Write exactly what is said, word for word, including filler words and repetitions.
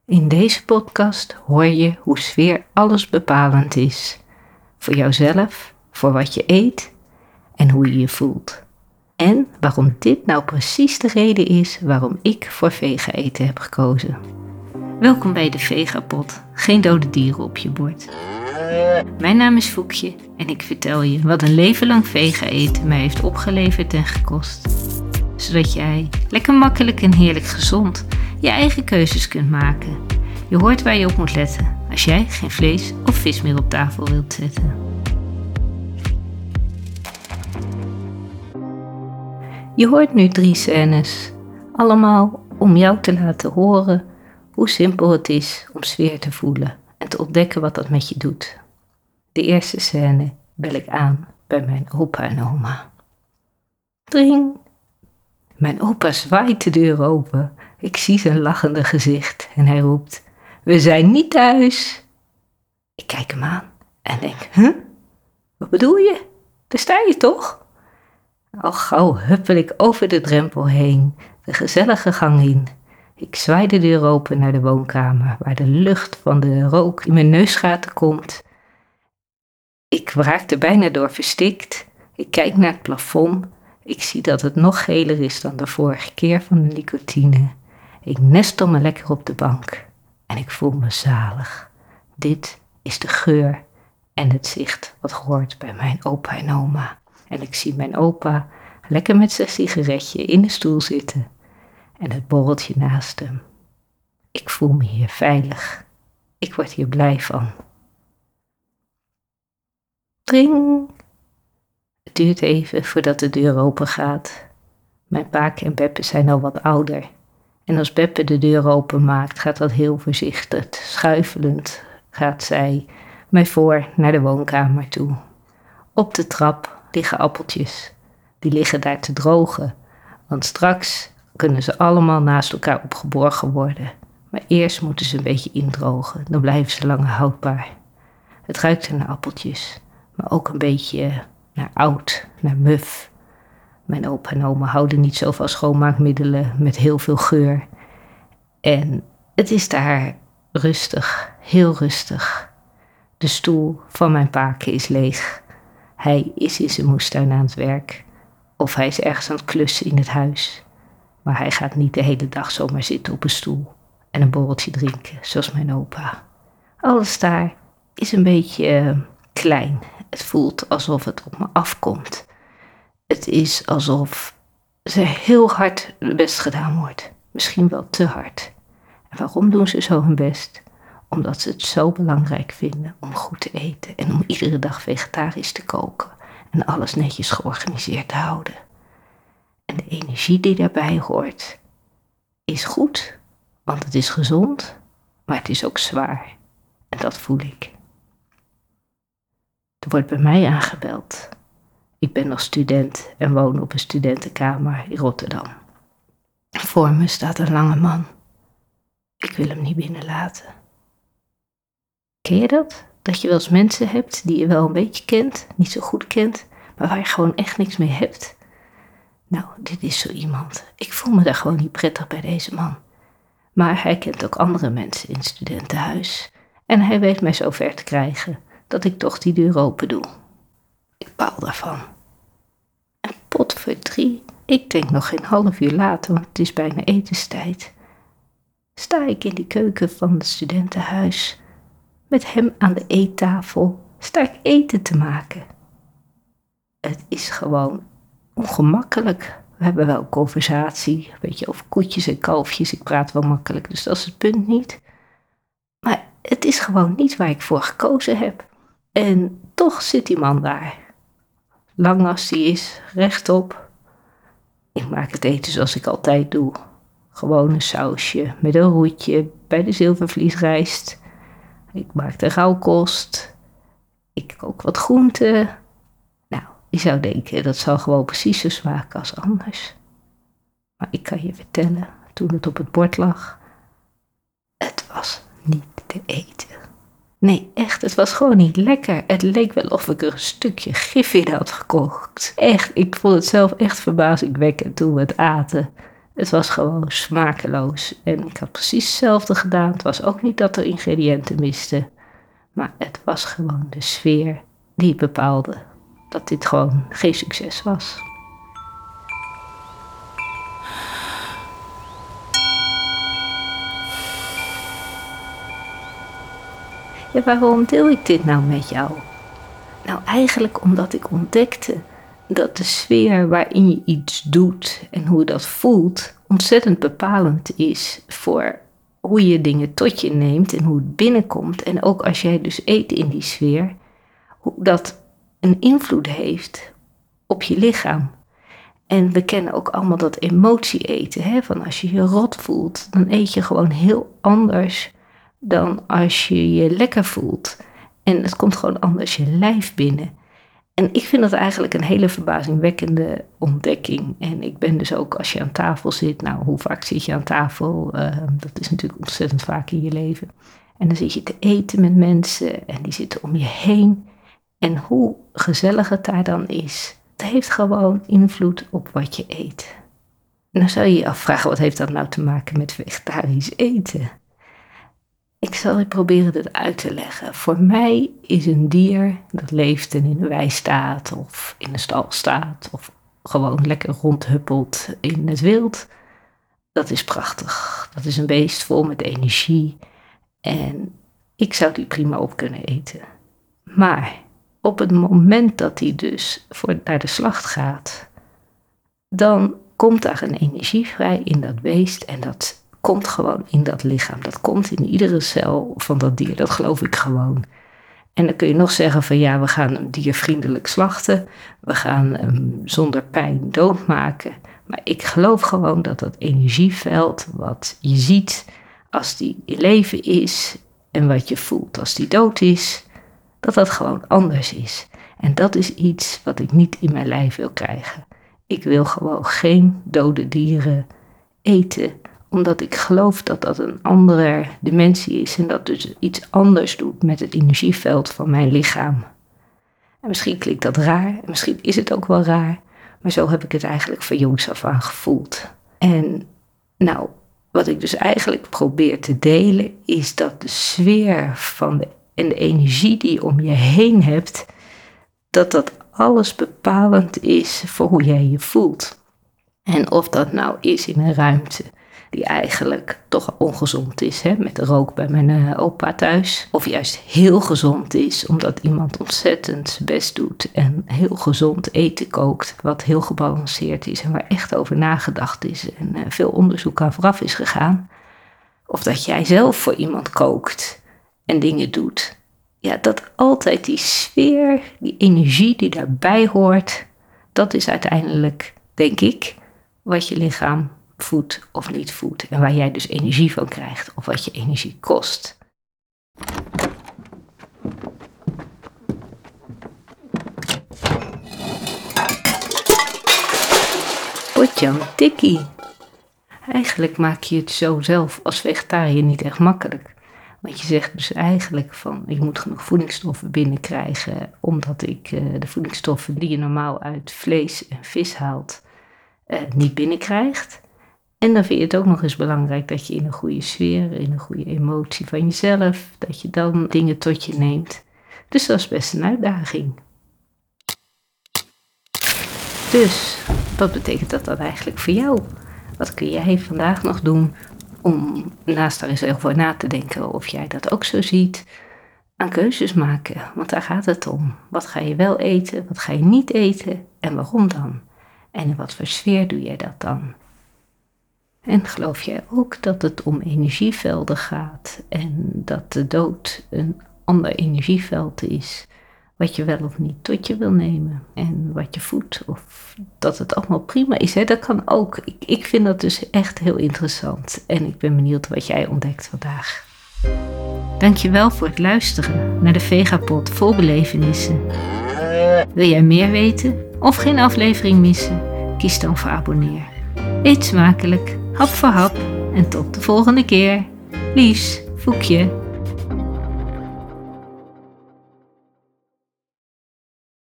In deze podcast hoor je hoe sfeer alles bepalend is. Voor jouzelf, voor wat je eet en hoe je je voelt. En waarom dit nou precies de reden is waarom ik voor vega eten heb gekozen. Welkom bij de Vegapot, geen dode dieren op je bord. Mijn naam is Foekje en ik vertel je wat een leven lang vega eten mij heeft opgeleverd en gekost. Zodat jij lekker makkelijk en heerlijk gezond je eigen keuzes kunt maken. Je hoort waar je op moet letten als jij geen vlees of vis meer op tafel wilt zetten. Je hoort nu drie scènes, allemaal om jou te laten horen hoe simpel het is om sfeer te voelen en te ontdekken wat dat met je doet. De eerste scène bel ik aan bij mijn opa en oma. Dring! Mijn opa zwaait de deur open. Ik zie zijn lachende gezicht en hij roept: "We zijn niet thuis." Ik kijk hem aan en denk: huh? Wat bedoel je? Daar sta je toch? Al gauw huppel ik over de drempel heen, de gezellige gang in. Ik zwaai de deur open naar de woonkamer, waar de lucht van de rook in mijn neusgaten komt. Ik raak er bijna door verstikt. Ik kijk naar het plafond. Ik zie dat het nog geler is dan de vorige keer van de nicotine. Ik nestel me lekker op de bank en ik voel me zalig. Dit is de geur en het zicht wat hoort bij mijn opa en oma. En ik zie mijn opa lekker met zijn sigaretje in de stoel zitten en het borreltje naast hem. Ik voel me hier veilig. Ik word hier blij van. Dring! Het duurt even voordat de deur open gaat. Mijn Paak en Beppe zijn al wat ouder. En als Beppe de deur open maakt, gaat dat heel voorzichtig. Schuifelend gaat zij mij voor naar de woonkamer toe. Op de trap liggen appeltjes. Die liggen daar te drogen. Want straks kunnen ze allemaal naast elkaar opgeborgen worden. Maar eerst moeten ze een beetje indrogen. Dan blijven ze langer houdbaar. Het ruikt er naar appeltjes. Maar ook een beetje naar oud, naar muf. Mijn opa en oma houden niet zo van schoonmaakmiddelen met heel veel geur. En het is daar rustig, heel rustig. De stoel van mijn Paken is leeg. Hij is in zijn moestuin aan het werk. Of hij is ergens aan het klussen in het huis. Maar hij gaat niet de hele dag zomaar zitten op een stoel en een borreltje drinken, zoals mijn opa. Alles daar is een beetje uh, klein. Het voelt alsof het op me afkomt. Het is alsof er heel hard hun best gedaan wordt. Misschien wel te hard. En waarom doen ze zo hun best? Omdat ze het zo belangrijk vinden om goed te eten. En om iedere dag vegetarisch te koken. En alles netjes georganiseerd te houden. En de energie die daarbij hoort is goed. Want het is gezond. Maar het is ook zwaar. En dat voel ik. Er wordt bij mij aangebeld. Ik ben nog student en woon op een studentenkamer in Rotterdam. Voor me staat een lange man. Ik wil hem niet binnenlaten. Ken je dat? Dat je wel eens mensen hebt die je wel een beetje kent, niet zo goed kent, maar waar je gewoon echt niks mee hebt? Nou, dit is zo iemand. Ik voel me daar gewoon niet prettig bij deze man. Maar hij kent ook andere mensen in het studentenhuis. En hij weet mij zo ver te krijgen dat ik toch die deur open doe. Ik baal daarvan. En potverdrie, ik denk nog geen half uur later, want het is bijna etenstijd, sta ik in die keuken van het studentenhuis, met hem aan de eettafel, sta ik eten te maken. Het is gewoon ongemakkelijk. We hebben wel conversatie, een beetje over koetjes en kalfjes, ik praat wel makkelijk, dus dat is het punt niet. Maar het is gewoon niet waar ik voor gekozen heb. En toch zit die man daar. Lang als die is, rechtop. Ik maak het eten zoals ik altijd doe. Gewoon een sausje met een roetje bij de zilvervliesrijst. Ik maak de rauwkost. Ik kook wat groenten. Nou, je zou denken, dat zal gewoon precies zo smaken als anders. Maar ik kan je vertellen, toen het op het bord lag, het was niet te eten. Nee, echt, het was gewoon niet lekker. Het leek wel of ik er een stukje gif in had gekookt. Echt, ik vond het zelf echt verbazingwekkend toen we het aten. Het was gewoon smakeloos. En ik had precies hetzelfde gedaan. Het was ook niet dat er ingrediënten misten. Maar het was gewoon de sfeer die bepaalde dat dit gewoon geen succes was. Ja, waarom deel ik dit nou met jou? Nou, eigenlijk omdat ik ontdekte dat de sfeer waarin je iets doet en hoe je dat voelt ontzettend bepalend is voor hoe je dingen tot je neemt en hoe het binnenkomt. En ook als jij dus eet in die sfeer, hoe dat een invloed heeft op je lichaam. En we kennen ook allemaal dat emotie eten. Hè? Van als je je rot voelt, dan eet je gewoon heel anders dan als je je lekker voelt. En het komt gewoon anders je lijf binnen. En ik vind dat eigenlijk een hele verbazingwekkende ontdekking. En ik ben dus ook, als je aan tafel zit, nou, hoe vaak zit je aan tafel? Uh, dat is natuurlijk ontzettend vaak in je leven. En dan zit je te eten met mensen en die zitten om je heen. En hoe gezellig het daar dan is, dat heeft gewoon invloed op wat je eet. En dan zou je je afvragen, wat heeft dat nou te maken met vegetarisch eten? Ik zal je proberen dit uit te leggen. Voor mij is een dier dat leeft en in de wei staat of in de stal staat of gewoon lekker rondhuppelt in het wild. Dat is prachtig. Dat is een beest vol met energie en ik zou die prima op kunnen eten. Maar op het moment dat hij dus voor, naar de slacht gaat, dan komt daar een energie vrij in dat beest en dat komt gewoon in dat lichaam. Dat komt in iedere cel van dat dier. Dat geloof ik gewoon. En dan kun je nog zeggen van ja, we gaan een dier vriendelijk slachten. We gaan hem zonder pijn doodmaken. Maar ik geloof gewoon dat dat energieveld wat je ziet als die in leven is en wat je voelt als die dood is, dat dat gewoon anders is. En dat is iets wat ik niet in mijn lijf wil krijgen. Ik wil gewoon geen dode dieren eten, omdat ik geloof dat dat een andere dimensie is en dat dus iets anders doet met het energieveld van mijn lichaam. En misschien klinkt dat raar, en misschien is het ook wel raar, maar zo heb ik het eigenlijk van jongs af aan gevoeld. En nou, wat ik dus eigenlijk probeer te delen, is dat de sfeer van de, en de energie die je om je heen hebt, dat dat alles bepalend is voor hoe jij je voelt. En of dat nou is in een ruimte die eigenlijk toch ongezond is, hè, met de rook bij mijn uh, opa thuis. Of juist heel gezond is, omdat iemand ontzettend zijn best doet en heel gezond eten kookt, wat heel gebalanceerd is en waar echt over nagedacht is en uh, veel onderzoek aan vooraf is gegaan. Of dat jij zelf voor iemand kookt en dingen doet. Ja, dat altijd die sfeer, die energie die daarbij hoort, dat is uiteindelijk, denk ik, wat je lichaam voedt of niet voedt. En waar jij dus energie van krijgt of wat je energie kost. Potjan tikkie. Eigenlijk maak je het zo zelf als vegetariër niet echt makkelijk. Want je zegt dus eigenlijk van, ik moet genoeg voedingsstoffen binnenkrijgen, omdat ik uh, de voedingsstoffen die je normaal uit vlees en vis haalt, uh, niet binnenkrijgt. En dan vind je het ook nog eens belangrijk dat je in een goede sfeer, in een goede emotie van jezelf, dat je dan dingen tot je neemt. Dus dat is best een uitdaging. Dus, wat betekent dat dan eigenlijk voor jou? Wat kun jij vandaag nog doen om naast daar eens over na te denken of jij dat ook zo ziet, aan keuzes maken? Want daar gaat het om. Wat ga je wel eten, wat ga je niet eten en waarom dan? En in wat voor sfeer doe jij dat dan? En geloof jij ook dat het om energievelden gaat en dat de dood een ander energieveld is, wat je wel of niet tot je wil nemen en wat je voedt, of dat het allemaal prima is? Hè? Dat kan ook. Ik, ik vind dat dus echt heel interessant en ik ben benieuwd wat jij ontdekt vandaag. Dankjewel voor het luisteren naar de Vegapod vol belevenissen. Wil jij meer weten of geen aflevering missen? Kies dan voor abonneer. Eet smakelijk, hap voor hap en tot de volgende keer. Liefs, Foekje.